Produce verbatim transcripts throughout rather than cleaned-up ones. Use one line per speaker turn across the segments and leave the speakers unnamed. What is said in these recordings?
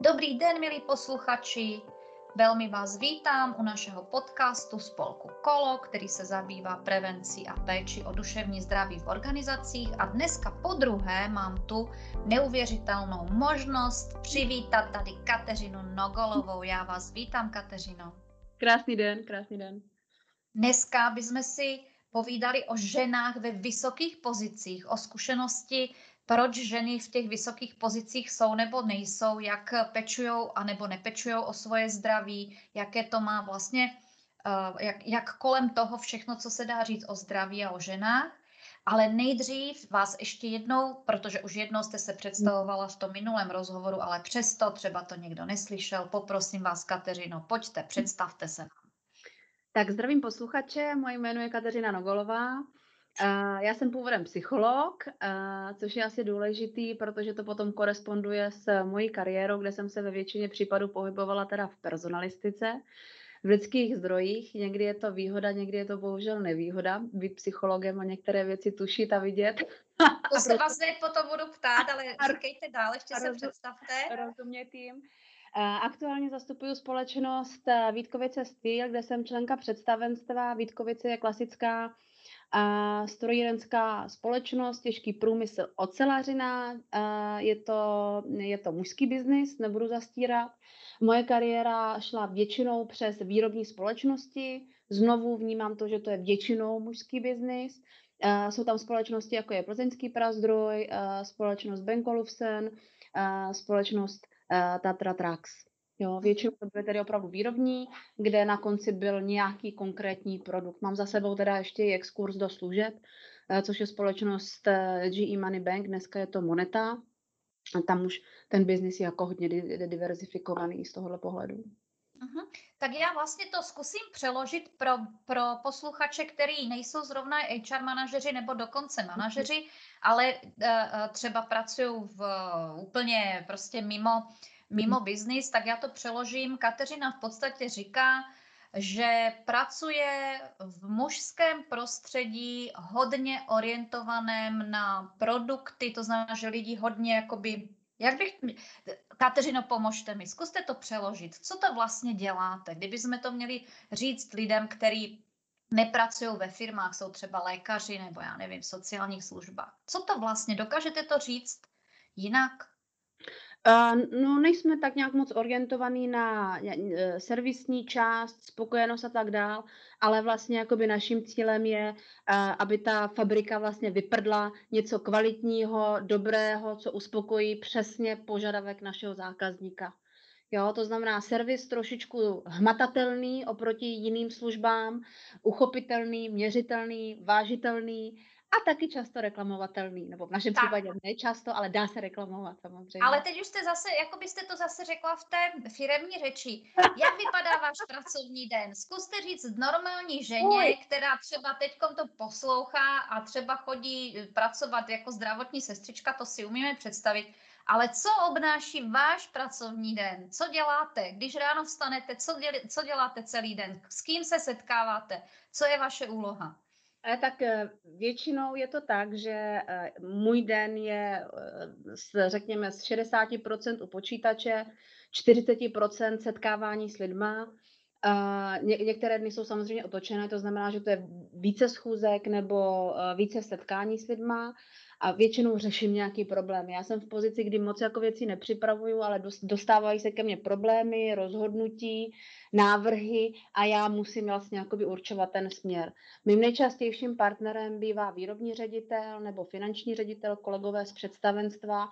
Dobrý den, milí posluchači. Velmi vás vítám u našeho podcastu spolku Kolo, který se zabývá prevencí a péči o duševní zdraví v organizacích. A dneska po druhé mám tu neuvěřitelnou možnost přivítat tady Kateřinu Nogolovou. Já vás vítám, Kateřino.
Krásný den, krásný den.
Dneska bychom si povídali o ženách ve vysokých pozicích, o zkušenosti, proč ženy v těch vysokých pozicích jsou nebo nejsou, jak pečujou a nebo nepečujou o svoje zdraví, jaké to má vlastně, jak, jak kolem toho všechno, co se dá říct o zdraví a o ženách. Ale nejdřív vás ještě jednou, protože už jednou jste se představovala v tom minulém rozhovoru, ale přesto třeba to někdo neslyšel, poprosím vás, Kateřino, pojďte, představte se nám.
Tak zdravím posluchače, moje jméno je Kateřina Nogolová. Já jsem původem psycholog, což je asi důležitý, protože to potom koresponduje s mojí kariérou, kde jsem se ve většině případů pohybovala teda v personalistice, v lidských zdrojích. Někdy je to výhoda, někdy je to bohužel nevýhoda, být psychologem a některé věci tušit a vidět.
To se vás hned potom budu ptát, ale říkejte dál, ještě se představte.
Rozumět jim. Aktuálně zastupuju společnost Vítkovice Steel, kde jsem členka představenstva. Vítkovice je klasická a strojírenská společnost, těžký průmysl, ocelařina, je to, je to mužský biznis, nebudu zastírat. Moje kariéra šla většinou přes výrobní společnosti, znovu vnímám to, že to je většinou mužský biznis. Jsou tam společnosti, jako je Plzeňský Prazdroj, společnost Benkolufsen, společnost Tatra Trax. Jo, většinou to byly tedy opravdu výrobní, kde na konci byl nějaký konkrétní produkt. Mám za sebou teda ještě i exkurs do služeb, což je společnost G E Money Bank, dneska je to Moneta. A tam už ten biznis je jako hodně diverzifikovaný z tohohle pohledu.
Uh-huh. Tak já vlastně to zkusím přeložit pro, pro posluchače, který nejsou zrovna H R manažeři nebo dokonce manažeři, ale uh, třeba pracují v uh, úplně prostě mimo, mimo biznis, tak já to přeložím. Kateřina v podstatě říká, že pracuje v mužském prostředí hodně orientovaném na produkty, to znamená, že lidi hodně jakoby, jak bych, Kateřino, pomožte mi, zkuste to přeložit. Co to vlastně děláte? Kdybychom to měli říct lidem, kteří nepracují ve firmách, jsou třeba lékaři nebo já nevím, v sociálních službách. Co to vlastně, dokážete to říct jinak?
Uh, no, nejsme tak nějak moc orientovaný na uh, servisní část, spokojenost a tak dál, ale vlastně jakoby naším cílem je, uh, aby ta fabrika vlastně vyprdla něco kvalitního, dobrého, co uspokojí přesně požadavek našeho zákazníka. Jo, to znamená servis trošičku hmatatelný oproti jiným službám, uchopitelný, měřitelný, vážitelný a taky často reklamovatelný, nebo v našem tak. případě ne často, ale dá se reklamovat samozřejmě.
Ale teď už jste zase, jako byste to zase řekla v té firemní řeči. Jak vypadá váš pracovní den? Zkuste říct normální ženě, Uj. která třeba teďkom to poslouchá a třeba chodí pracovat jako zdravotní sestřička, to si umíme představit. Ale co obnáší váš pracovní den? Co děláte? Když ráno vstanete, co, děl, co děláte celý den? S kým se setkáváte? Co je vaše úloha?
Tak většinou je to tak, že můj den je, řekněme, z šedesát procent u počítače, čtyřicet procent setkávání s lidma. Ně, některé dny jsou samozřejmě otočené, to znamená, že to je více schůzek nebo více setkání s lidma a většinou řeším nějaký problém. Já jsem v pozici, kdy moc jako věci nepřipravuju, ale dostávají se ke mně problémy, rozhodnutí, návrhy a já musím vlastně jakoby určovat ten směr. Mým nejčastějším partnerem bývá výrobní ředitel nebo finanční ředitel, kolegové z představenstva.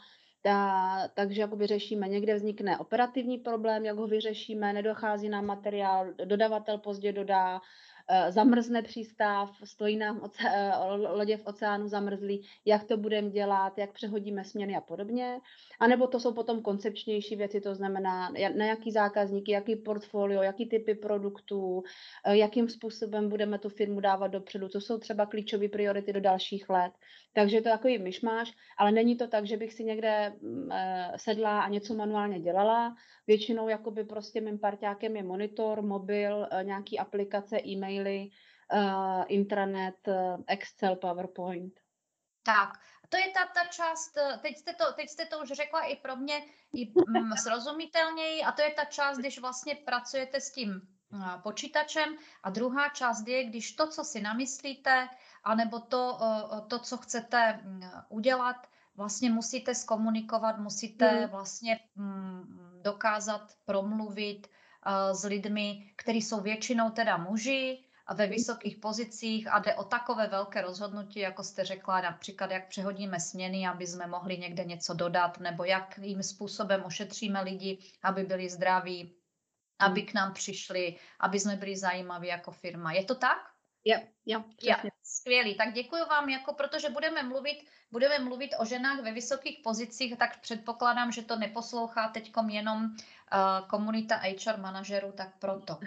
Ta, takže jakoby řešíme, někde vznikne operativní problém, jak ho vyřešíme, nedochází nám materiál, dodavatel pozdě dodá, zamrzne přístav, stojí nám oce, lodě v oceánu zamrzlí, jak to budeme dělat, jak přehodíme směny a podobně. A nebo to jsou potom koncepčnější věci, to znamená, na jaký zákazníky, jaký portfolio, jaký typy produktů, jakým způsobem budeme tu firmu dávat dopředu, co jsou třeba klíčové priority do dalších let. Takže je to takový myšmáš, ale není to tak, že bych si někde sedla a něco manuálně dělala. Většinou jakoby prostě mým parťákem je monitor, mobil, nějaký aplikace, e-maily, uh, intranet, uh, Excel, PowerPoint.
Tak, to je ta, ta část, teď jste, to, teď jste to už řekla i pro mě i mm, srozumitelněji, a to je ta část, když vlastně pracujete s tím uh, počítačem, a druhá část je, když to, co si namyslíte, anebo to, uh, to co chcete uh, udělat, vlastně musíte zkomunikovat, musíte
Hmm.
vlastně mm, dokázat promluvit uh, s lidmi, kteří jsou většinou teda muži, a ve vysokých pozicích, a jde o takové velké rozhodnutí, jako jste řekla, například jak přehodíme směny, aby jsme mohli někde něco dodat, nebo jakým způsobem ošetříme lidi, aby byli zdraví, aby k nám přišli, aby jsme byli zajímaví jako firma. Je to tak?
Jo, jo, přesně.
Skvělý, tak děkuji vám, jako, protože budeme mluvit, budeme mluvit o ženách ve vysokých pozicích, tak předpokládám, že to neposlouchá teďkom jenom uh, komunita H R manažerů, tak proto.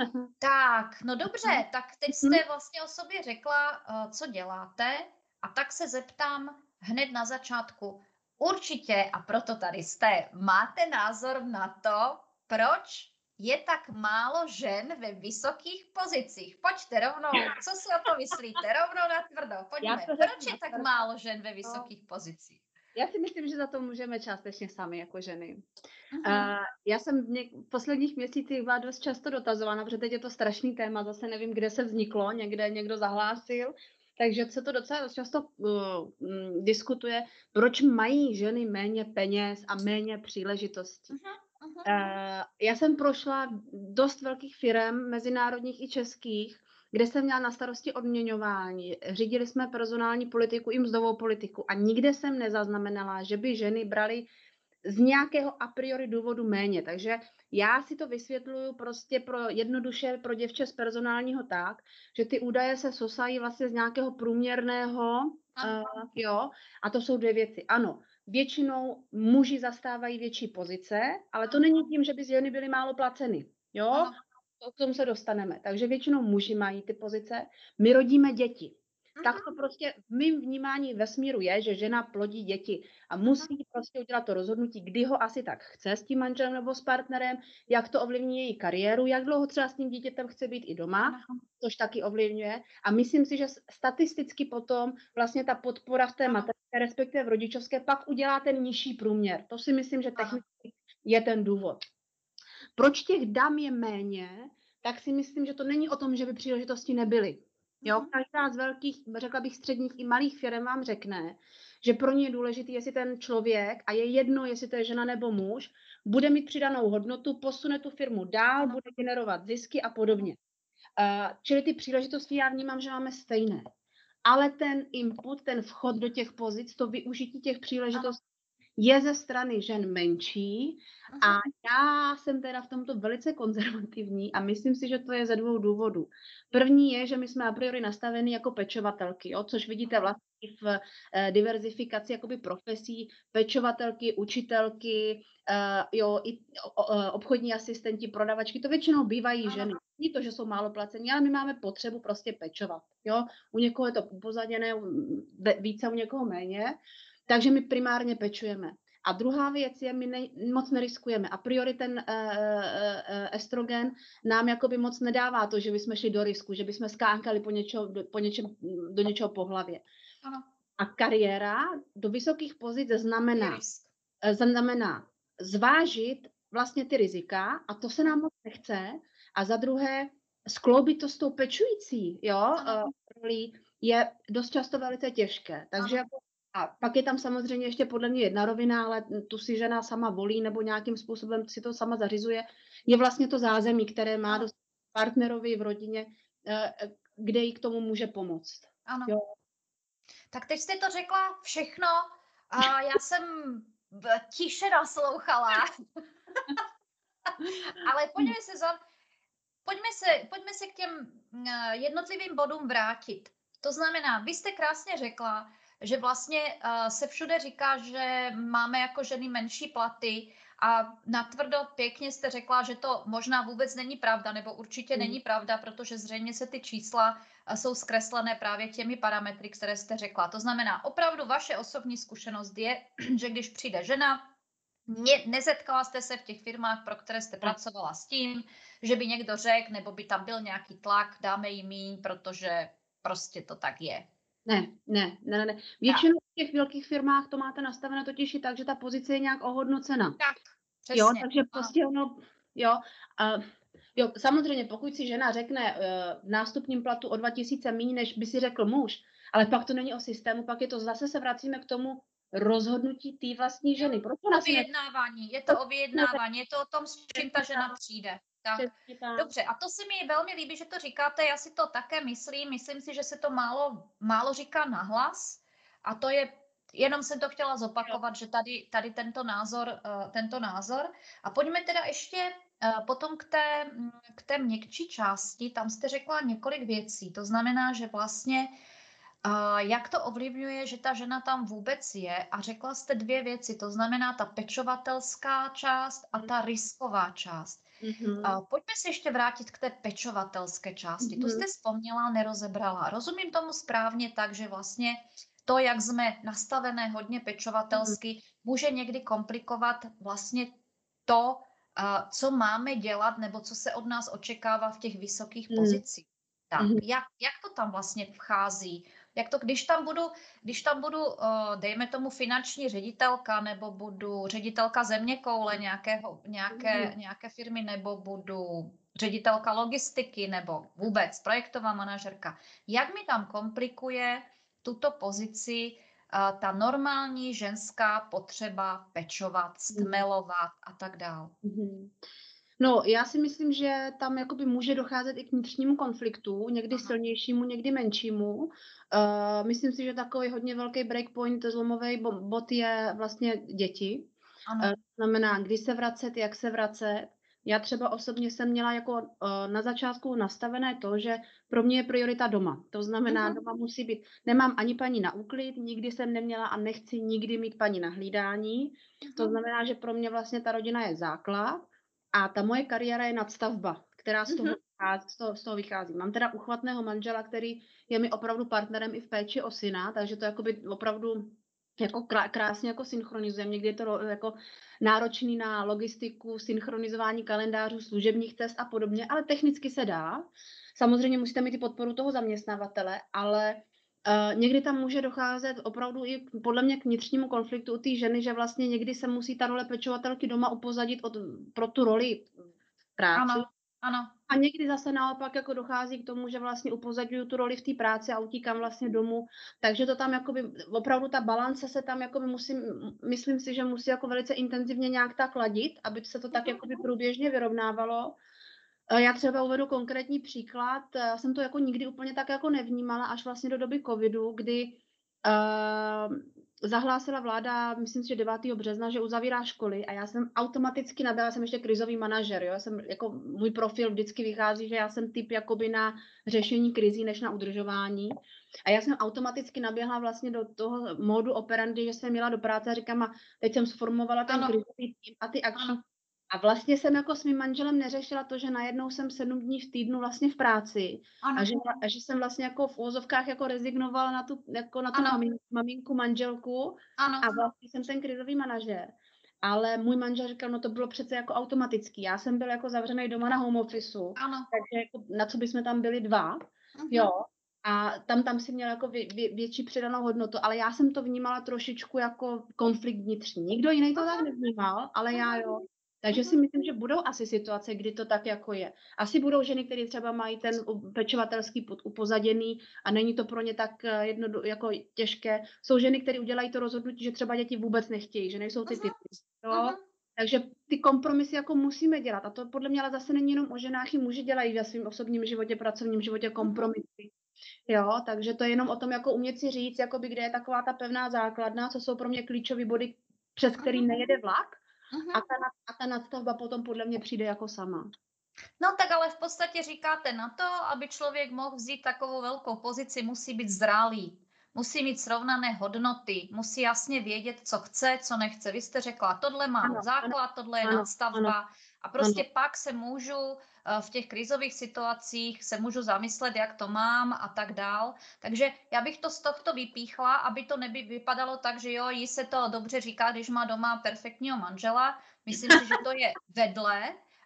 Tak, no dobře, tak teď jste vlastně o sobě řekla, uh, co děláte, a tak se zeptám hned na začátku. Určitě, a proto tady jste, máte názor na to, proč je tak málo žen ve vysokých pozicích? Pojďte rovnou, co si o to myslíte? Rovnou na tvrdo, pojďme. Proč je tak málo žen ve vysokých pozicích?
Já si myslím, že za to můžeme částečně sami jako ženy.
Uh-huh.
Uh, já jsem v, něk- v posledních měsících byla dost často dotazována, protože teď je to strašný téma, zase nevím, kde se vzniklo, někde někdo zahlásil, takže se to docela dost často uh, um, diskutuje, proč mají ženy méně peněz a méně příležitostí.
Uh-huh. Uh-huh.
Uh, já jsem prošla dost velkých firem, mezinárodních i českých, kde jsem měla na starosti odměňování. Řídili jsme personální politiku i mzdovou politiku a nikde jsem nezaznamenala, že by ženy braly z nějakého a priori důvodu méně. Takže já si to vysvětluju prostě pro jednoduše pro děvče z personálního tak, že ty údaje se sosají vlastně z nějakého průměrného, uh, jo, a to jsou dvě věci. Ano, většinou muži zastávají větší pozice, ale to není tím, že by ženy byly málo placeny, jo,
Ano.
to k tomu se dostaneme. Takže většinou muži mají ty pozice, my rodíme děti. Tak to prostě v mým vnímání vesmíru je, že žena plodí děti a musí prostě udělat to rozhodnutí, kdy ho asi tak chce s tím manželem nebo s partnerem, jak to ovlivní její kariéru, jak dlouho třeba s tím dítětem chce být i doma, což taky ovlivňuje. A myslím si, že statisticky potom vlastně ta podpora v té mateřské, respektive v rodičovské, pak udělá ten nižší průměr. To si myslím, že technicky je ten důvod. Proč těch dam je méně, tak si myslím, že to není o tom, že by příležitosti nebyly. Jo, každá z velkých, řekla bych středních i malých firm vám řekne, že pro ně je důležité, jestli ten člověk, a je jedno, jestli to je žena nebo muž, bude mít přidanou hodnotu, posune tu firmu dál, bude generovat zisky a podobně. Uh, čili ty příležitosti já vnímám, že máme stejné. Ale ten input, ten vchod do těch pozic, to využití těch příležitostí je ze strany žen menší a já jsem teda v tomto velice konzervativní a myslím si, že to je ze dvou důvodů. První je, že my jsme a priori nastaveni jako pečovatelky, jo, což vidíte vlastně v eh, diverzifikaci jakoby profesí, pečovatelky, učitelky, eh, jo, i o, obchodní asistenti, prodavačky, to většinou bývají ženy. Není to, že jsou málo placení, ale my máme potřebu prostě pečovat, jo. U někoho je to upozaděné, více, u někoho méně. Takže my primárně pečujeme. A druhá věc je, my ne, moc neriskujeme. A priori ten uh, uh, estrogen nám jakoby moc nedává to, že bychom šli do risku, že bychom skákali po, něčo, do, po něčem, do něčeho po hlavě.
Ano.
A kariéra do vysokých pozic znamená, znamená zvážit vlastně ty rizika a to se nám moc nechce. A za druhé skloubit to s tou pečující, jo, uh, je dost často velice těžké. Takže jako a pak je tam samozřejmě ještě podle mě jedna rovina, ale tu si žena sama volí nebo nějakým způsobem si to sama zařizuje. Je vlastně to zázemí, které má do partnerovi v rodině, kde jí k tomu může pomoct.
Ano.
Jo.
Tak teď jste to řekla všechno a já jsem tiše naslouchala. Ale pojďme se, za, pojďme, se, pojďme se k těm jednotlivým bodům vrátit. To znamená, vy jste krásně řekla, že vlastně uh, se všude říká, že máme jako ženy menší platy a natvrdo pěkně jste řekla, že to možná vůbec není pravda, nebo určitě mm. není pravda, protože zřejmě se ty čísla uh, jsou zkreslené právě těmi parametry, které jste řekla. To znamená, opravdu vaše osobní zkušenost je, že když přijde žena, ne, nezetkala jste se v těch firmách, pro které jste pracovala s tím, že by někdo řekl, nebo by tam byl nějaký tlak, dáme jí míň, protože prostě to tak je.
Ne, ne, ne, ne, ne.
Tak,
Většinou v těch velkých firmách to máte nastavené totiž i tak, že ta pozice je nějak ohodnocena.
tak,
Jo,
přesně.
takže
Ano.
prostě ono jo, a jo, samozřejmě, pokud si žena řekne, eh, v nástupním platu o dva tisíce míň, než by si řekl muž, ale pak to není o systému, pak je to zase se vracíme k tomu rozhodnutí té vlastní
Jo,
ženy. Proč
o
ona si ne
vyjednávání, je
proč
to o
si neřekne
vyjednávání, je to o tom, s čím ta
přesně
žena
tak,
přijde. Tak,
přesně tak.
dobře, a to se mi velmi líbí, že to říkáte, já si to také myslím, myslím si, že se to málo, málo říká nahlas a to je, jenom jsem to chtěla
Jo.
zopakovat, že tady, tady tento názor, uh, tento názor. A pojďme teda ještě uh, potom k té, mm, k té měkčí části, tam jste řekla několik věcí, to znamená, že vlastně a jak to ovlivňuje, že ta žena tam vůbec je? A řekla jste dvě věci, to znamená ta pečovatelská část a ta risková část. A
Mhm.
pojďme se ještě vrátit k té pečovatelské části. Tu
Mhm.
jste vzpomněla, nerozebrala. Rozumím tomu správně tak, že vlastně to, jak jsme nastavené hodně
Mhm.
pečovatelsky, může někdy komplikovat vlastně to, a co máme dělat nebo co se od nás očekává v těch vysokých
Mhm.
pozicích. Tak,
Mhm.
jak, jak to tam vlastně vchází? Jak to, když tam budu, když tam budu, uh, dejme tomu, finanční ředitelka, nebo budu ředitelka zeměkoule nějakého, nějaké,
Mhm.
nějaké firmy, nebo budu ředitelka logistiky, nebo vůbec projektová manažerka, jak mi tam komplikuje tuto pozici uh, ta normální ženská potřeba pečovat,
Mhm.
stmelovat a tak dále.
Mhm. No, já si myslím, že tam jakoby může docházet i k vnitřnímu konfliktu, někdy
Ano,
silnějšímu, někdy menšímu. Uh, myslím si, že takový hodně velký breakpoint, zlomový bo bod je vlastně děti. Uh,
ano.
znamená, kdy se vracet, jak se vracet. Já třeba osobně jsem měla jako uh, na začátku nastavené to, že pro mě je priorita doma. To znamená,
Mhm,
doma musí být, nemám ani paní na úklid, nikdy jsem neměla a nechci nikdy mít paní na hlídání. To
mhm,
znamená, že pro mě vlastně ta rodina je základ. A ta moje kariéra je nadstavba, která z
mhm,
toho vychází, z toho, z toho vychází. Mám teda uchvatného manžela, který je mi opravdu partnerem i v péči o syna, takže to jakoby opravdu jako krá- krásně jako synchronizujeme. Někdy je to ro- jako náročný na logistiku, synchronizování kalendářů, služebních cest a podobně, ale technicky se dá. Samozřejmě musíte mít i podporu toho zaměstnavatele, ale Uh, někdy tam může docházet opravdu i podle mě k vnitřnímu konfliktu u té ženy, že vlastně někdy se musí ta role pečovatelky doma upozadit od, pro tu roli v práci.
ano, ano,
A někdy zase naopak jako dochází k tomu, že vlastně upozadňuju tu roli v té práci a utíkám vlastně domů. Takže to tam jakoby, opravdu ta balance se tam jakoby musím, myslím si, že musí jako velice intenzivně nějak tak ladit, aby se to tak
mhm,
jakoby průběžně vyrovnávalo. Eh, Já třeba uvedu konkrétní příklad. Eh, Já jsem to jako nikdy úplně tak jako nevnímala, až vlastně do doby covidu, kdy uh, zahlásila vláda, myslím si, že devátého března, že uzavírá školy a já jsem automaticky nabila, jsem ještě krizový manažer, jo? Já jsem, jako můj profil vždycky vychází, že já jsem typ jakoby na řešení krizí, než na udržování. A já jsem automaticky naběhla vlastně do toho módu operandi, že jsem měla do práce a říkám, a teď jsem sformovala ten
ano,
krizový tým a ty akční.
ano,
A vlastně jsem jako s mým manželem neřešila to, že najednou jsem sedm dní v týdnu vlastně v práci a
ano,
že, a že jsem vlastně jako v úvozovkách jako rezignovala na tu, jako na tu
ano,
mamin, maminku, manželku
ano,
a vlastně jsem ten krizový manažer. Ale můj manžel říkal, no to bylo přece jako automatický. Já jsem byl jako zavřený doma na home officeu,
ano,
takže jako na co bychom tam byli dva, jo.
mhm,
A tam, tam si měl jako vě, vě, větší přidanou hodnotu, ale já jsem to vnímala trošičku jako konflikt vnitřní. Nikdo jiný to tak
mhm,
nevnímal, ale já
mhm,
jo. Takže si
mhm,
myslím, že budou asi situace, kdy to tak jako je. Asi budou ženy, které třeba mají ten u- pečovatelský put upozaděný a není to pro ně tak eh, jedno, jako těžké. Jsou ženy, které udělají to rozhodnutí, že třeba děti vůbec nechtějí, že nejsou ty
mhm,
typy. Jo?
mhm,
Takže ty kompromisy jako musíme dělat. A to podle mě ale zase není jenom o ženách, i muži dělají ve svém osobním životě, pracovním životě
mhm,
kompromisy. Jo, takže to je jenom o tom, jako umět si říct, jakoby, kde je taková ta pevná základna, co jsou pro mě klíčové body, přes který
mhm,
nejede vlak a
mhm.
ta, nad- a ta nadstavba potom podle mě přijde jako sama.
No tak ale v podstatě říkáte na to, aby člověk mohl vzít takovou velkou pozici, musí být zralý. Musí mít srovnané hodnoty, musí jasně vědět, co chce, co nechce. Vy jste řekla, tohle mám
Ano, ano,
základ, tohle je
ano, ano,
nadstavba a
ano.
prostě pak se můžu eh, v těch krizových situacích se můžu zamyslet, jak to mám a tak dál. Takže já bych to z tohto vypíchla, aby to neby vypadalo tak, že jo, jí se to dobře říká, když má doma perfektního manžela. Myslím si, že to je vedle,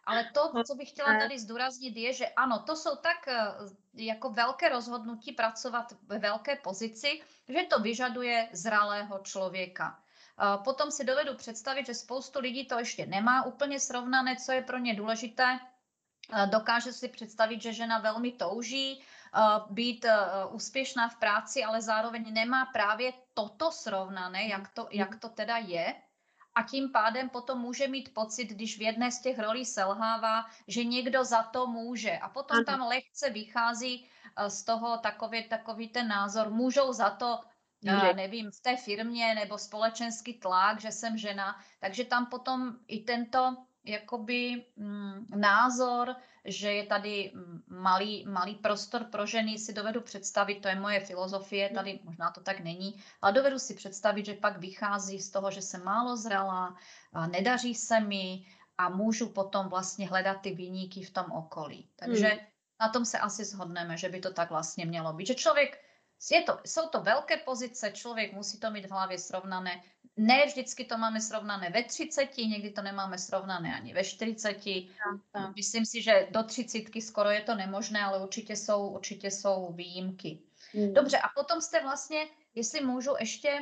Ale to,
No,
co bych chtěla
ne.
tady zdůraznit, je, že ano, to jsou tak eh, jako velké rozhodnutí pracovat ve velké pozici, že to vyžaduje zralého člověka. Eh, Potom si dovedu představit, že spoustu lidí to ještě nemá úplně srovnané, co je pro ně důležité. Eh, Dokáže si představit, že žena velmi touží eh, být eh, úspěšná v práci, ale zároveň nemá právě toto srovnané, jak to, jak to teda je. A tím pádem potom může mít pocit, když v jedné z těch rolí selhává, že někdo za to může. A potom
Ano,
tam lehce vychází eh, z toho takový, takový ten názor, můžou za to,
může.
eh, nevím, v té firmě nebo společenský tlak, že jsem žena. Takže tam potom i tento jakoby mm, názor, že je tady mm, malý, malý prostor pro ženy, si dovedu představit, to je moje filozofie, tady možná to tak není, ale dovedu si představit, že pak vychází z toho, že jsem málo zralá, a nedaří se mi a můžu potom vlastně hledat ty viníky v tom okolí. Takže
Hmm.
na tom se asi shodneme, že by to tak vlastně mělo být. Že člověk, je to, jsou to velké pozice, člověk musí to mít v hlavě srovnané. Ne vždycky to máme srovnané ve třiceti, někdy to nemáme srovnané ani ve čtyřiceti.
Tak, tak.
Myslím si, že do třicítky skoro je to nemožné, ale určitě jsou, určitě jsou výjimky.
Hmm.
Dobře, a potom jste vlastně, jestli můžu ještě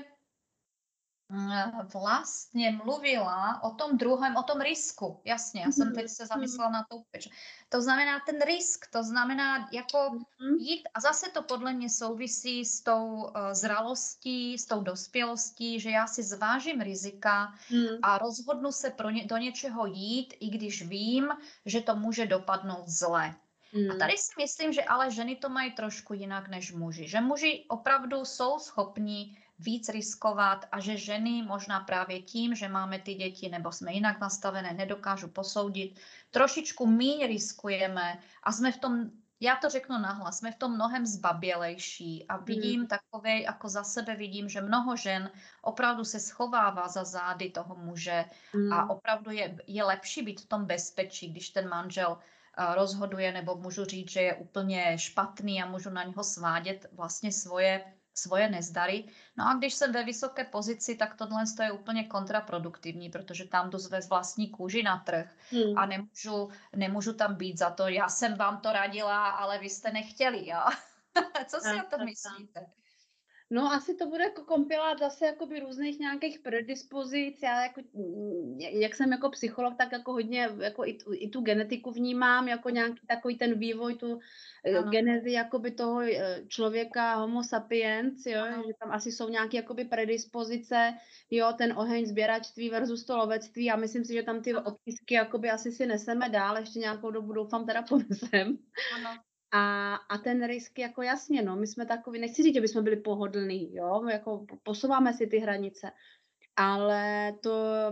vlastně mluvila o tom druhém, o tom risku. Jasně, já jsem teď se zamyslela na to peč. To znamená ten risk, to znamená jako
Mhm.
jít, a zase to podle mě souvisí s tou uh, zralostí, s tou dospělostí, že já si zvážím rizika
Hmm.
a rozhodnu se pro ně, do něčeho jít, i když vím, že to může dopadnout zle. A
Hmm.
tady si myslím, že ale ženy to mají trošku jinak než muži. Že muži opravdu jsou schopni víc riskovat a že ženy možná právě tím, že máme ty děti nebo jsme jinak nastavené, nedokážu posoudit, trošičku míň riskujeme a jsme v tom, já to řeknu nahlas, jsme v tom mnohem zbabělejší a vidím
Hmm.
takové, jako za sebe vidím, že mnoho žen opravdu se schovává za zády toho muže a
Hmm.
opravdu je, je lepší být v tom bezpečí, když ten manžel rozhoduje, nebo můžu říct, že je úplně špatný a můžu na něho svádět vlastně svoje, svoje nezdary. No a když jsem ve vysoké pozici, tak tohle je úplně kontraproduktivní, protože tam jdu ve vlastní kůži na trh
Hmm.
a nemůžu, nemůžu tam být za to, já jsem vám to radila, ale vy jste nechtěli, jo? Co si
Tak,
o tom
tak,
myslíte?
No asi to bude jako kompilát zase jakoby různých nějakých predispozic. Já jako, mm, jak jsem jako psycholog, tak jako hodně jako i, tu, i tu genetiku vnímám, jako nějaký takový ten vývoj, tu eh,
Ano.
genezi jakoby toho eh, člověka homo sapiens, jo,
Ano.
že tam asi jsou nějaké jakoby predispozice, jo, ten oheň sběračství versus to lovectví a myslím si, že tam ty
Ano.
odpisky jakoby asi si neseme dál, ještě nějakou dobu doufám teda ponesem.
Ano.
A, a ten risk, jako jasně, no, my jsme takový, nechci říct, že bychom byli pohodlní, jo, my jako posouváme si ty hranice, ale to,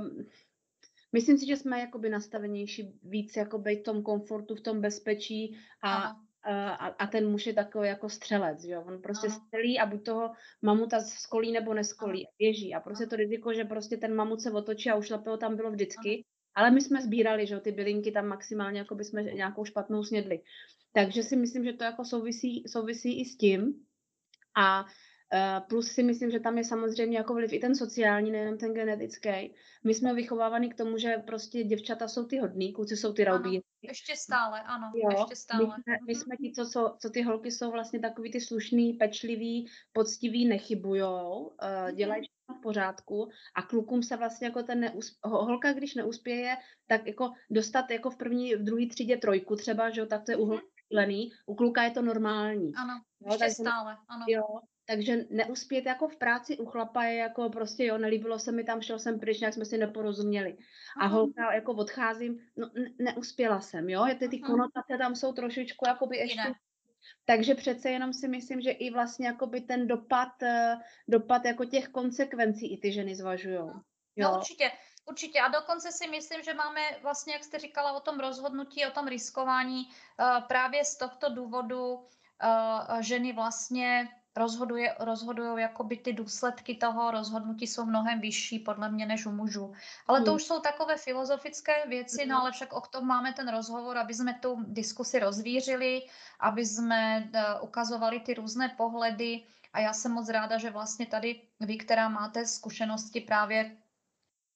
myslím si, že jsme jakoby nastavenější víc jakoby v tom komfortu, v tom bezpečí a,
Ano.
a, a ten muž je takový jako střelec, jo, on prostě
Ano.
střelí a buď toho mamuta skolí nebo
Ano.
neskolí, běží a prostě
Ano.
to riziko, že prostě ten mamut se otočí a ušlape ho tam bylo
Ano.
vždycky, ale my jsme sbírali, že jo, ty bylinky tam maximálně, jako by jsme nějakou špatnou snědli. Takže si myslím, že to jako souvisí, souvisí i s tím. A Uh, plus si myslím, že tam je samozřejmě jako vliv i ten sociální, nejenom ten genetický. My jsme vychovávaní k tomu, že prostě děvčata jsou ty hodný, kluci jsou ty
Ano.
raubíři.
Ještě stále, ano.
Jo,
Ještě
my
stále.
jsme, my
Mhm.
jsme ti, co, co, co ty holky jsou vlastně takový ty slušný, pečlivý, poctivý, nechybujou, uh, dělají všechno v pořádku a klukům se vlastně jako ten neúsp... holka, když neuspěje, tak jako dostat jako v první, v druhé třídě trojku třeba, že jo, tak to je u holky šílený, u kluka je to normální.
Ano,
Jo,
ještě
takže,
stále, ano.
jo, takže neuspět jako v práci u chlapa je jako prostě jo, nelíbilo se mi tam, šel jsem pryč, nějak jsme si neporozuměli. A
Mhm.
holka jako odcházím, no ne, neuspěla jsem, jo, ty, ty
Mhm.
konotace tam jsou trošičku jakoby ještě,
Jiné.
takže přece jenom si myslím, že i vlastně jakoby ten dopad, eh, dopad jako těch konsekvencí i ty ženy zvažujou.
No
Jo.
určitě, určitě. A dokonce si myslím, že máme vlastně, jak jste říkala o tom rozhodnutí, o tom riskování, eh, právě z tohto důvodu eh, ženy vlastně rozhoduje, rozhodují, jakoby ty důsledky toho rozhodnutí jsou mnohem vyšší podle mě než u mužů. Ale to
Hmm.
už jsou takové filozofické věci, no
Mhm.
ale však o tom máme ten rozhovor, aby jsme tu diskusi rozvířili, aby jsme eh, ukazovali ty různé pohledy. A já jsem moc ráda, že vlastně tady vy, která máte zkušenosti právě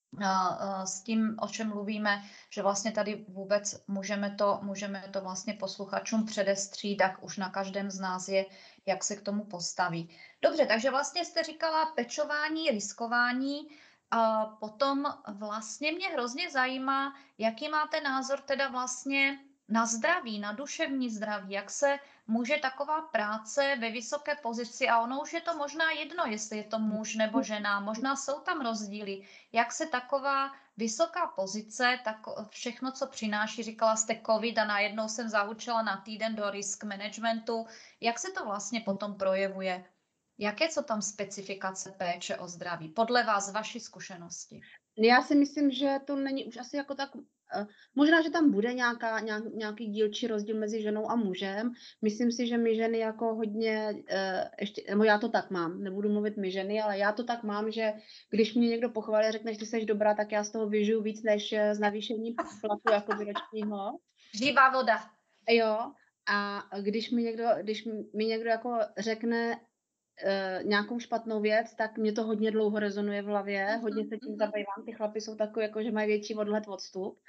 s tím, o čem mluvíme, že vlastně tady vůbec můžeme to, můžeme to vlastně posluchačům předestřít, tak už na každém z nás je, jak se k tomu postaví. Dobře, takže vlastně jste říkala pečování, riskování. A potom vlastně mě hrozně zajímá, jaký máte názor teda vlastně na zdraví, na duševní zdraví, jak se může taková práce ve vysoké pozici, a ono už je to možná jedno, jestli je to muž nebo žena, možná jsou tam rozdíly, jak se taková vysoká pozice, tak všechno, co přináší, říkala jste covid a najednou jsem zahučela na týden do risk managementu, jak se to vlastně potom projevuje? Jaké jsou tam specifikace péče o zdraví? Podle vás, vaší zkušenosti?
Já si myslím, že to není už asi jako tak, uh, možná, že tam bude nějaká, nějak, nějaký dílčí rozdíl mezi ženou a mužem. Myslím si, že my ženy jako hodně, uh, ještě, nebo já to tak mám, nebudu mluvit my ženy, ale já to tak mám, že když mě někdo pochválí a řekne, že ty jsi dobrá, tak já z toho vyžiju víc než z navýšení platu jako ročního.
Živá voda.
Jo, a když mi někdo, když mi někdo jako řekne, Uh, nějakou špatnou věc, tak mě to hodně dlouho rezonuje v hlavě, uh-huh, hodně se tím uh-huh. zabývám, ty chlapi jsou takový, jako že mají větší odhled, odstup.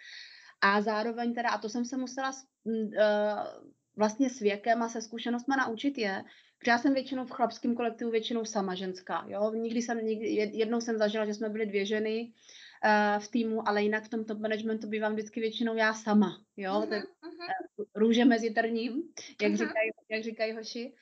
A zároveň teda, a to jsem se musela uh, vlastně s věkem a se zkušenostma naučit je, protože já jsem většinou v chlapském kolektivu většinou sama ženská, jo, nikdy jsem, nikdy, jednou jsem zažila, že jsme byli dvě ženy uh, v týmu, ale jinak v tom top managementu bývám vždycky většinou já sama, jo, uh-huh, ten uh, růže mezi trním, jak, uh-huh. říkají, jak říkají hoši.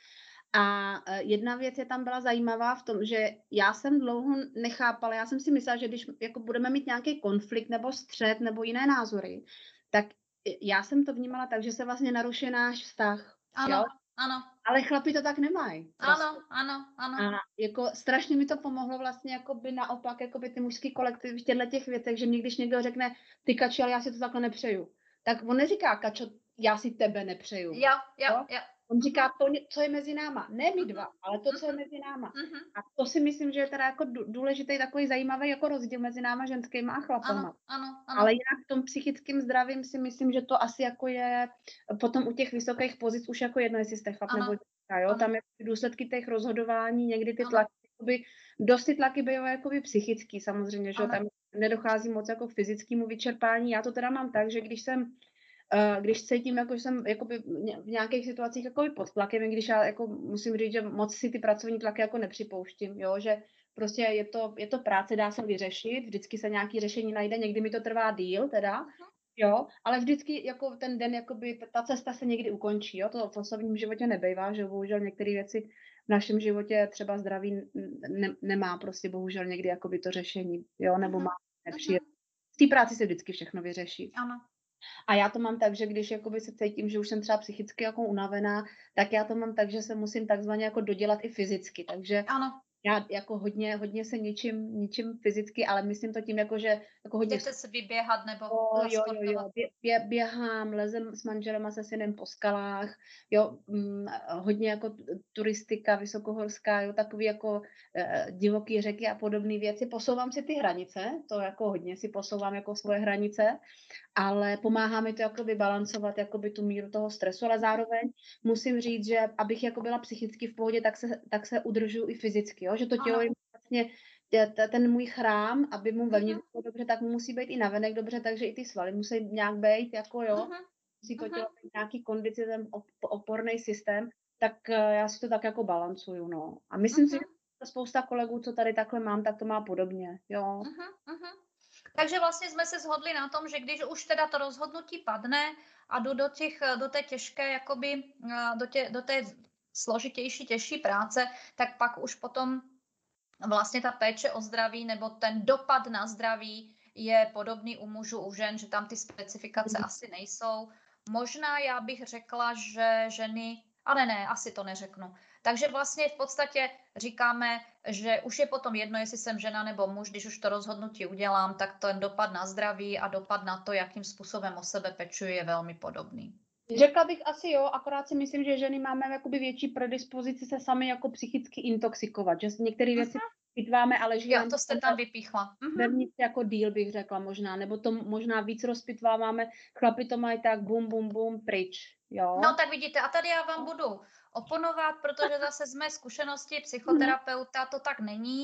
A jedna věc je tam byla zajímavá v tom, že já jsem dlouho nechápala, já jsem si myslela, že když jako budeme mít nějaký konflikt nebo střet nebo jiné názory, tak já jsem to vnímala tak, že se vlastně naruší náš vztah.
Ano,
jo?
ano.
Ale chlapi to tak nemají. Prostě.
Ano, ano, ano.
A jako strašně mi to pomohlo vlastně jakoby naopak, jakoby ty mužský kolektiv v těchto těch věcech, že mě když někdo řekne, ty Kači, ale já si to takhle nepřeju, tak on neříká, Kačo, já si tebe nepřeju.
Jo, jo,
jo?
jo.
On říká to, co je mezi náma. Ne my dva, ale to, co je mezi náma. A to si myslím, že je teda jako důležitý takový zajímavý jako rozdíl mezi náma ženskýma a chlapama.
Ano, ano, ano.
Ale jinak v tom psychickém zdravím si myslím, že to asi jako je potom u těch vysokých pozic už jako jedno, jestli jste chlap
ano,
nebo ženská, jo.
Ano.
Tam je důsledky těch rozhodování, někdy ty tlaky, jakoby, dost ty tlaky bývají jakoby psychický samozřejmě, že tam nedochází moc jako k fyzickému vyčerpání. Já to teda mám tak, že když jsem Uh, když cítím, jako, že jsem jakoby, v nějakých situacích jakoby pod tlakem, když já jako, musím říct, že moc si ty pracovní tlaky jako nepřipouštím, jo, že prostě je to, je to práce, dá se vyřešit, vždycky se nějaký řešení najde, někdy mi to trvá díl teda, jo, ale vždycky jako ten den, jakoby, ta cesta se někdy ukončí, jo, to v osobním životě nebejvá, že bohužel některé věci v našem životě třeba zdraví ne, nemá prostě bohužel někdy jakoby to řešení, jo, nebo má nepříjemné. V té práci se vždycky všechno vyřeší.
Ano.
A já to mám tak, že když jakoby se cítím, že už jsem třeba psychicky jako unavená, tak já to mám tak, že se musím takzvaně jako dodělat i fyzicky. Takže
ano.
já jako hodně, hodně se ničím, ničím fyzicky, ale myslím to tím, jako, že jako hodně...
Jdete se vyběhat nebo
o, jo, jo, jo, bě, bě, běhám, lezem s manželem a se synem po skalách, jo, hm, hodně jako turistika vysokohorská, jo, takový jako eh, divoký řeky a podobné věci. Posouvám si ty hranice, to jako hodně si posouvám jako svoje hranice, ale pomáhá mi to jakoby balancovat jakoby tu míru toho stresu, ale zároveň musím říct, že abych jako byla psychicky v pohodě, tak se, tak se udržuju i fyzicky, jo? Že to tělo je vlastně ten můj chrám, aby mu vevnitř bylo dobře, tak mu musí být i navenek dobře, takže i ty svaly musí nějak být, jako jo, uh-huh. musí to tělo mít nějaký kondici, ten oporný systém, tak já si to tak jako balancuju, no. A myslím uh-huh. si, že spousta kolegů, co tady takhle mám, tak to má podobně, jo.
Uh-huh. Uh-huh. Takže vlastně jsme se shodli na tom, že když už teda to rozhodnutí padne a jdu do, těch, do té těžké, jakoby, do, tě, do té složitější, těžší práce, tak pak už potom vlastně ta péče o zdraví nebo ten dopad na zdraví je podobný u mužů, u žen, že tam ty specifikace mm. asi nejsou. Možná já bych řekla, že ženy, ale ne, asi to neřeknu. Takže vlastně v podstatě říkáme, že už je potom jedno, jestli jsem žena nebo muž, když už to rozhodnutí udělám, tak ten dopad na zdraví a dopad na to, jakým způsobem o sebe pečuji, je velmi podobný.
Řekla bych asi jo, akorát si myslím, že ženy máme jakoby větší predispozici se sami jako psychicky intoxikovat, že některé věci vypitváme, ale žijeme...
Jo, to jste tam vypíchla.
Vevnitř jako díl bych řekla možná, nebo to možná víc rozpitváváme, chlapi to mají tak bum, bum, bum, pryč, jo.
No tak vidíte, a tady já vám budu oponovat, protože zase z mé zkušenosti psychoterapeuta to tak není.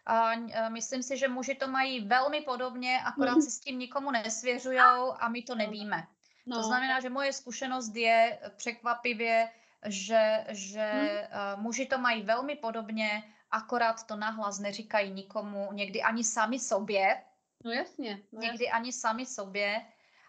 A a myslím si, že muži to mají velmi podobně, akorát si s tím nikomu nesvěřujou a my to nevíme. To
No.
znamená, že moje zkušenost je překvapivě, že že, uh, muži to mají velmi podobně, akorát to nahlas neříkají nikomu, někdy ani sami sobě.
No jasně, no
Někdy
jasně.
ani sami sobě.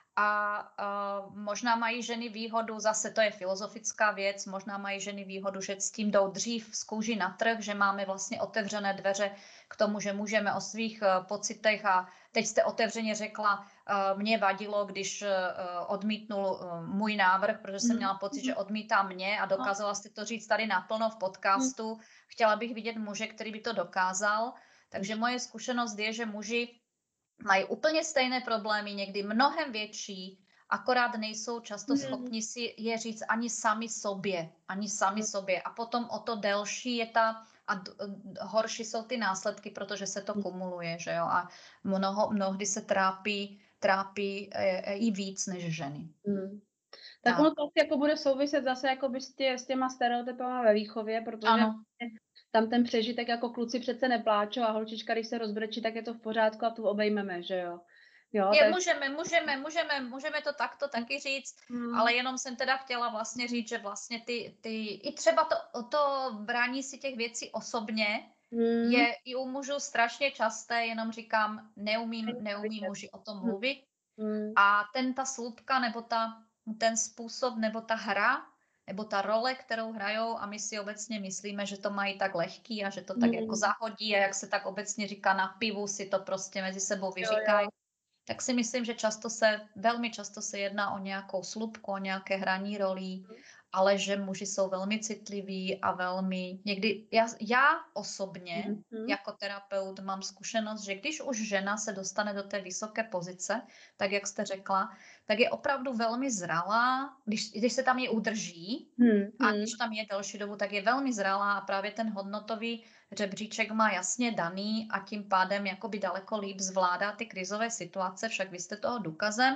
A uh, možná mají ženy výhodu, zase to je filozofická věc, možná mají ženy výhodu, že s tím jdou dřív z kůži na trh, že máme vlastně otevřené dveře k tomu, že můžeme o svých uh, pocitech, a teď jste otevřeně řekla, uh, mě vadilo, když uh, odmítnul uh, můj návrh, protože jsem měla pocit, že odmítá mě, a dokázala jste to říct tady naplno v podcastu. Chtěla bych vidět muže, který by to dokázal. Takže moje zkušenost je, že muži mají úplně stejné problémy, někdy mnohem větší, akorát nejsou často schopni si je říct ani sami sobě, ani sami sobě. A potom o to delší je ta, a d, d, horší jsou ty následky, protože se to kumuluje, že jo, a mnoho, mnohdy se trápí, trápí e, e, i víc než ženy.
Hmm. Tak, tak ono to jako bude souviset zase jako by s, tě, s těma stereotypama ve výchově, protože
ano.
tam ten přežitek, jako kluci přece nepláčou a holčička, když se rozbrečí, tak je to v pořádku a tu obejmeme, že jo. Jo,
je,
tak...
můžeme, můžeme, můžeme, můžeme to takto taky říct, hmm. ale jenom jsem teda chtěla vlastně říct, že vlastně ty, ty i třeba to, to brání si těch věcí osobně hmm. je i u mužů strašně časté, jenom říkám, neumím, neumí muži o tom mluvit. Hmm. A ten ta slupka, nebo ta, ten způsob, nebo ta hra, nebo ta role, kterou hrajou, a my si obecně myslíme, že to mají tak lehký a že to tak hmm. jako zahodí, a jak se tak obecně říká, na pivu si to prostě mezi sebou vyříkají. Tak si myslím, že často se, velmi často se jedná o nějakou slupku, o nějaké hraní rolí, ale že muži jsou velmi citliví a velmi, někdy, já, já osobně mm-hmm. jako terapeut mám zkušenost, že když už žena se dostane do té vysoké pozice, tak jak jste řekla, tak je opravdu velmi zralá, když, když se tam je udrží mm-hmm. a když tam je delší dobu, tak je velmi zralá a právě ten hodnotový žebříček má jasně daný a tím pádem jakoby daleko líp zvládá ty krizové situace, však vy jste toho důkazem.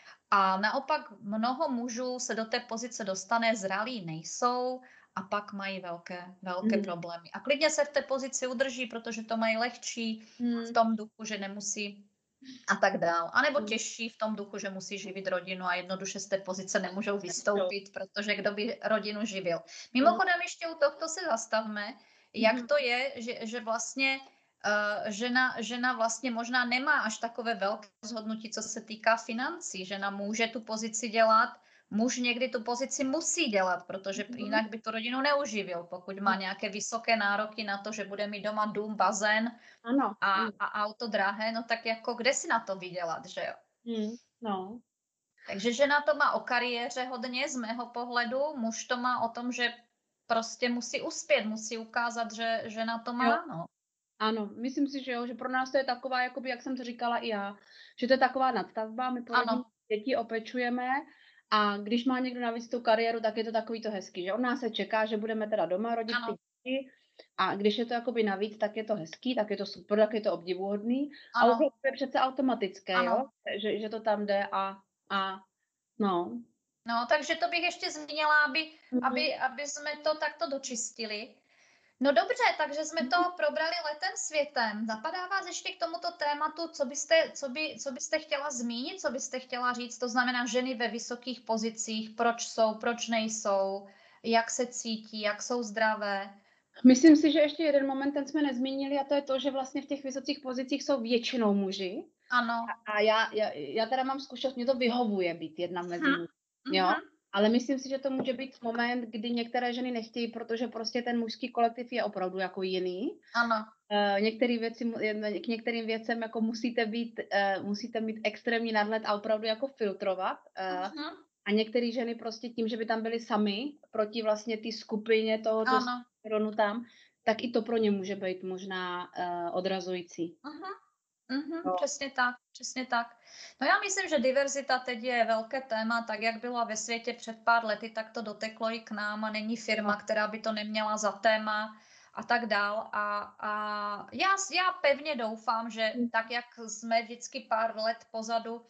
A naopak mnoho mužů se do té pozice dostane, zralí nejsou a pak mají velké, velké mm. problémy. A klidně se v té pozici udrží, protože to mají lehčí mm. v tom duchu, že nemusí a tak dál. A nebo těžší v tom duchu, že musí živit rodinu a jednoduše z té pozice nemůžou vystoupit, protože kdo by rodinu živil. Mimochodem ještě u tohto se zastavme, jak to je, že, že vlastně uh, žena, žena vlastně možná nemá až takové velké rozhodnutí, co se týká financí. Žena může tu pozici dělat, muž někdy tu pozici musí dělat, protože jinak by tu rodinu neuživil, pokud má nějaké vysoké nároky na to, že bude mít doma dům, bazén
ano,
a, a auto drahé, no tak jako kde si na to vydělat, že jo?
Mm, no.
Takže žena to má o kariéře hodně z mého pohledu, muž to má o tom, že prostě musí uspět, musí ukázat, že, že na to má, jo. No.
Ano, myslím si, že jo, že pro nás to je taková, jakoby, jak jsem to říkala i já, že to je taková nadstavba, my porodíme děti, opečujeme a když má někdo navíc tu kariéru, tak je to takový to hezký, že od nás se čeká, že budeme teda doma rodit ty děti a když je to jakoby navíc, tak je to hezký, tak je to super, tak je to obdivuhodný, ale to je přece automatické, ano. Jo, že, že to tam jde a, a no.
No, takže to bych ještě zmínila, aby, mm-hmm. aby, aby jsme to takto dočistili. No dobře, takže jsme to probrali letem světem. Napadá vás ještě k tomuto tématu, co byste, co by, co byste chtěla zmínit, co byste chtěla říct? To znamená ženy ve vysokých pozicích, proč jsou, proč nejsou, jak se cítí, jak jsou zdravé?
Myslím si, že ještě jeden moment, ten jsme nezmínili, a to je to, že vlastně v těch vysokých pozicích jsou většinou muži.
Ano.
A já, já, já teda mám zkušenost, mě to vyhovuje být jedna mezi muži. Jo? Ale myslím si, že to může být moment, kdy některé ženy nechtějí, protože prostě ten mužský kolektiv je opravdu jako jiný.
Ano.
Uh, některé věci, k některým věcem jako musíte být, uh, musíte mít extrémní nadhled a opravdu jako filtrovat. Uh, uh-huh. A některé ženy prostě tím, že by tam byly sami proti vlastně té skupině toho testosteronu tam, tak i to pro ně může být možná uh, odrazující.
Uh-huh. Mm-hmm, no. Přesně tak, přesně tak. No já myslím, že diverzita teď je velké téma, tak jak byla ve světě před pár lety, tak to doteklo i k nám a není firma, která by to neměla za téma a tak dál. A, a já, já pevně doufám, že tak, jak jsme vždycky pár let pozadu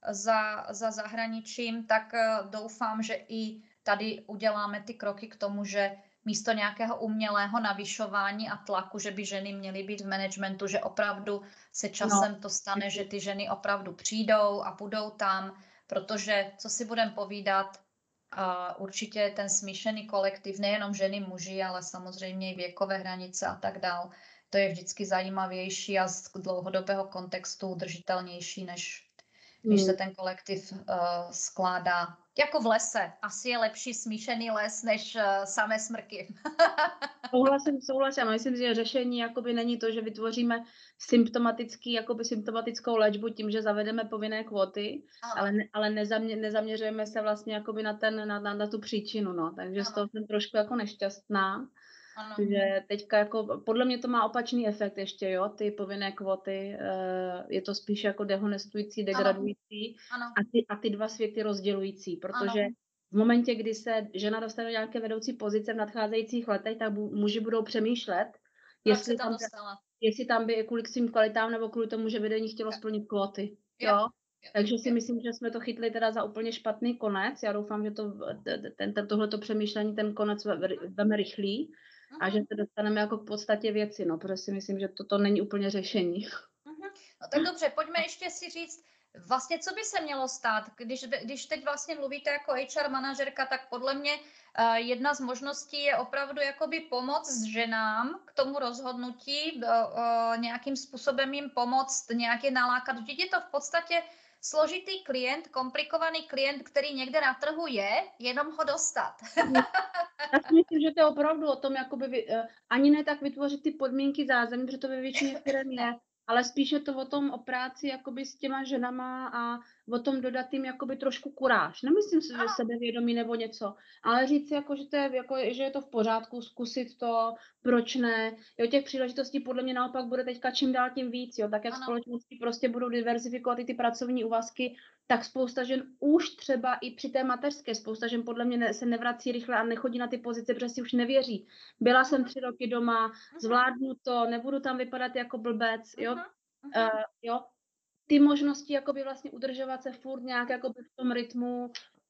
za, za zahraničím, tak doufám, že i tady uděláme ty kroky k tomu, že místo nějakého umělého navyšování a tlaku, že by ženy měly být v managementu, že opravdu se časem
No,
to stane, že ty ženy opravdu přijdou a budou tam, protože, co si budeme povídat, uh, určitě ten smíšený kolektiv, nejenom ženy, muži, ale samozřejmě i věkové hranice a tak dál, to je vždycky zajímavější a z dlouhodobého kontextu udržitelnější, než když se
hmm.
ten kolektiv uh, skládá jako v lese. Asi je lepší smíšený les, než uh, samé smrky.
Souhlasím, souhlasím. Myslím si, že řešení jakoby není to, že vytvoříme symptomatický, jakoby symptomatickou léčbu tím, že zavedeme povinné kvóty, ale, ne, ale nezamě, nezaměřujeme se vlastně jakoby na, ten, na, na, na tu příčinu. No. Takže z toho jsem trošku jako nešťastná.
Ano.
Že teďka jako, podle mě to má opačný efekt ještě, jo, ty povinné kvóty, je to spíš jako dehonestující, degradující
Ano.
a ty, a ty dva světy rozdělující, protože
Ano.
v momentě, kdy se žena dostane do nějaké vedoucí pozice v nadcházejících letech, tak muži budou přemýšlet, jestli tam, tam jestli tam by kvůli svým kvalitám nebo kvůli tomu, že vedení chtělo splnit kvóty. Jo? Jo? Takže si myslím, že jsme to chytli teda za úplně špatný konec. Já doufám, že to, ten, ten, tohleto přemýšlení ten konec veme rychlý a že se dostaneme jako k podstatě věci, no, protože si myslím, že toto není úplně řešení.
No tak dobře, pojďme ještě si říct, vlastně co by se mělo stát, když, když teď vlastně mluvíte jako H R manažerka, tak podle mě uh, jedna z možností je opravdu jakoby pomoct ženám k tomu rozhodnutí, uh, uh, nějakým způsobem jim pomoct, nějaké nalákat. Vždyť je to v podstatě složitý klient, komplikovaný klient, který někde na trhu je, jenom ho dostat.
Já si myslím, že to je opravdu o tom, jakoby vy, uh, ani ne tak vytvořit ty podmínky zázemí, protože to ve většině firem je, ale spíše to o tom, o práci jakoby s těma ženama a o tom dodat jim jakoby trošku kuráž. Nemyslím si, že sebevědomí nebo něco, ale říct si, jako, že, to je, jako, že je to v pořádku, zkusit to, proč ne. Jo, těch příležitostí podle mě naopak bude teďka čím dál tím víc, jo, tak jak ano. Společnosti prostě budou diverzifikovat i ty pracovní úvazky, tak spousta žen už třeba i při té mateřské, spousta žen podle mě ne, se nevrací rychle a nechodí na ty pozice, protože si už nevěří. Byla jsem tři roky doma, zvládnu to, nebudu tam vypadat jako blbec, jo. Uh, jo. Ty možnosti jakoby vlastně udržovat se furt nějak jakoby v tom rytmu,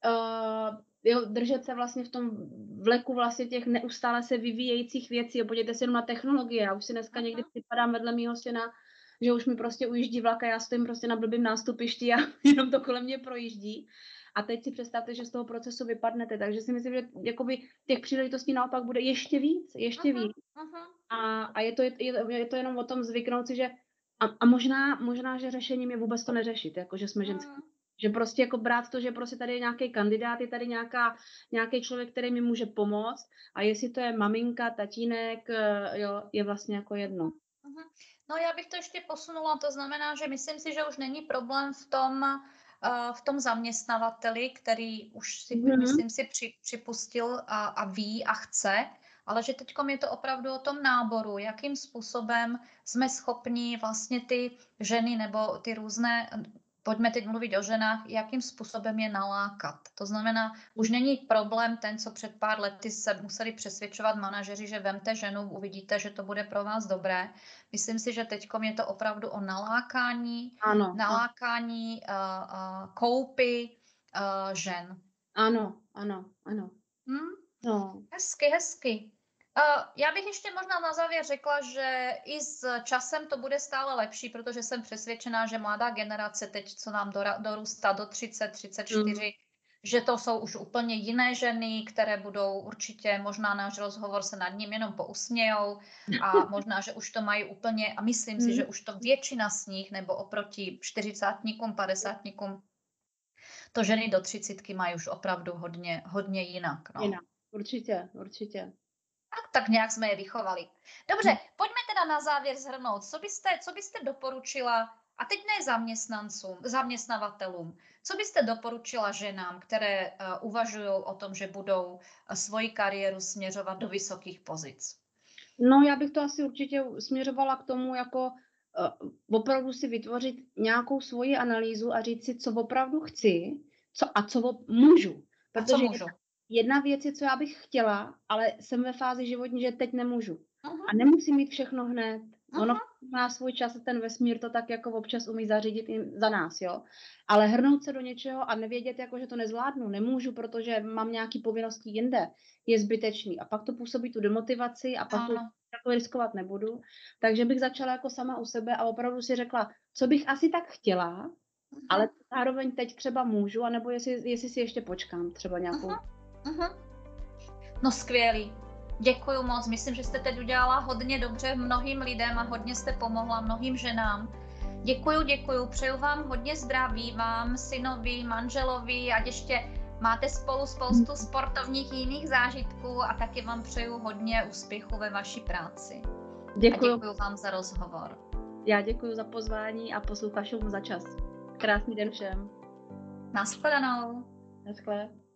uh, jo, držet se vlastně v tom vleku vlastně těch neustále se vyvíjejících věcí. Jo. Podívejte se jenom na technologie. Já už si dneska někdy připadám vedle mýho syna, že už mi prostě ujíždí vlak a já stojím prostě na blbým nástupišti a jenom to kolem mě projíždí. A teď si představte, že z toho procesu vypadnete. Takže si myslím, že jakoby těch příležitostí naopak bude ještě víc, ještě uh-huh, víc. Uh-huh. A, a je, to, je, je to jenom o tom zvyknout si, že a, a možná, možná, že řešením je vůbec to neřešit, jako že jsme ženský. Uh-huh. Že prostě jako brát to, že prostě tady je nějaký kandidát, je tady nějaká, nějaký člověk, který mi může pomoct a jestli to je maminka, tatínek, jo, je vlastně jako jedno.
Uh-huh. No já bych to ještě posunula, to znamená, že myslím si, že už není problém v tom, uh, v tom zaměstnavateli, který už si, mm-hmm. myslím si, při, připustil a, a ví a chce, ale že teď je to opravdu o tom náboru, jakým způsobem jsme schopni vlastně ty ženy nebo ty různé, pojďme teď mluvit o ženách, jakým způsobem je nalákat. To znamená, už není problém ten, co před pár lety se museli přesvědčovat manažeři, že vemte ženu, uvidíte, že to bude pro vás dobré. Myslím si, že teď je to opravdu o nalákání,
ano,
nalákání uh, uh, koupy uh, žen.
Ano, ano, ano.
Hmm?
No.
Hezky, hezky. Uh, já bych ještě možná na závěr řekla, že i s časem to bude stále lepší, protože jsem přesvědčená, že mladá generace teď, co nám dorůstá do třicet, třicet čtyři, mm. že to jsou už úplně jiné ženy, které budou určitě, možná náš rozhovor se nad ním jenom pousmějou a možná, že už to mají úplně, a myslím mm. si, že už to většina z nich, nebo oproti čtyřicátníkům, padesátníkům, to ženy do třicítky mají už opravdu hodně, hodně jinak. No.
Jinak, určitě, určitě.
Tak, tak nějak jsme je vychovali. Dobře, pojďme teda na závěr shrnout. Co byste, co byste doporučila, a teď ne zaměstnancům, zaměstnavatelům, co byste doporučila ženám, které uh, uvažují o tom, že budou uh, svoji kariéru směřovat do vysokých pozic?
No, já bych to asi určitě směřovala k tomu, jako uh, opravdu si vytvořit nějakou svoji analýzu a říct si, co opravdu chci co, a co můžu. Protože
a co můžu?
Jedna věc je, co já bych chtěla, ale jsem ve fázi životní, že teď nemůžu. Uh-huh. A nemusím mít všechno hned. Ono
Mhm.
má svůj čas a ten vesmír to tak jako občas umí zařídit i za nás, jo. Ale hrnout se do něčeho a nevědět, jako, že to nezvládnu, nemůžu, protože mám nějaký povinnosti jinde, je zbytečný. A pak to působí tu demotivaci a pak to
Ano.
jako riskovat nebudu. Takže bych začala jako sama u sebe a opravdu si řekla, co bych asi tak chtěla, ale
Mhm.
zároveň teď třeba můžu, anebo jestli, jestli si ještě počkám třeba nějakou.
Mhm. Mhm. No skvělý. Děkuju moc. Myslím, že jste teď udělala hodně dobře mnohým lidem a hodně jste pomohla mnohým ženám. Děkuju, děkuju. Přeju vám hodně zdraví, vám, synovi, manželovi, ať ještě máte spolu spoustu sportovních jiných zážitků a taky vám přeju hodně úspěchu ve vaší práci. A
Děkuju.
děkuju vám za rozhovor.
Já děkuju za pozvání a posluchačům za čas. Krásný den všem.
Naschledanou.
Naschle.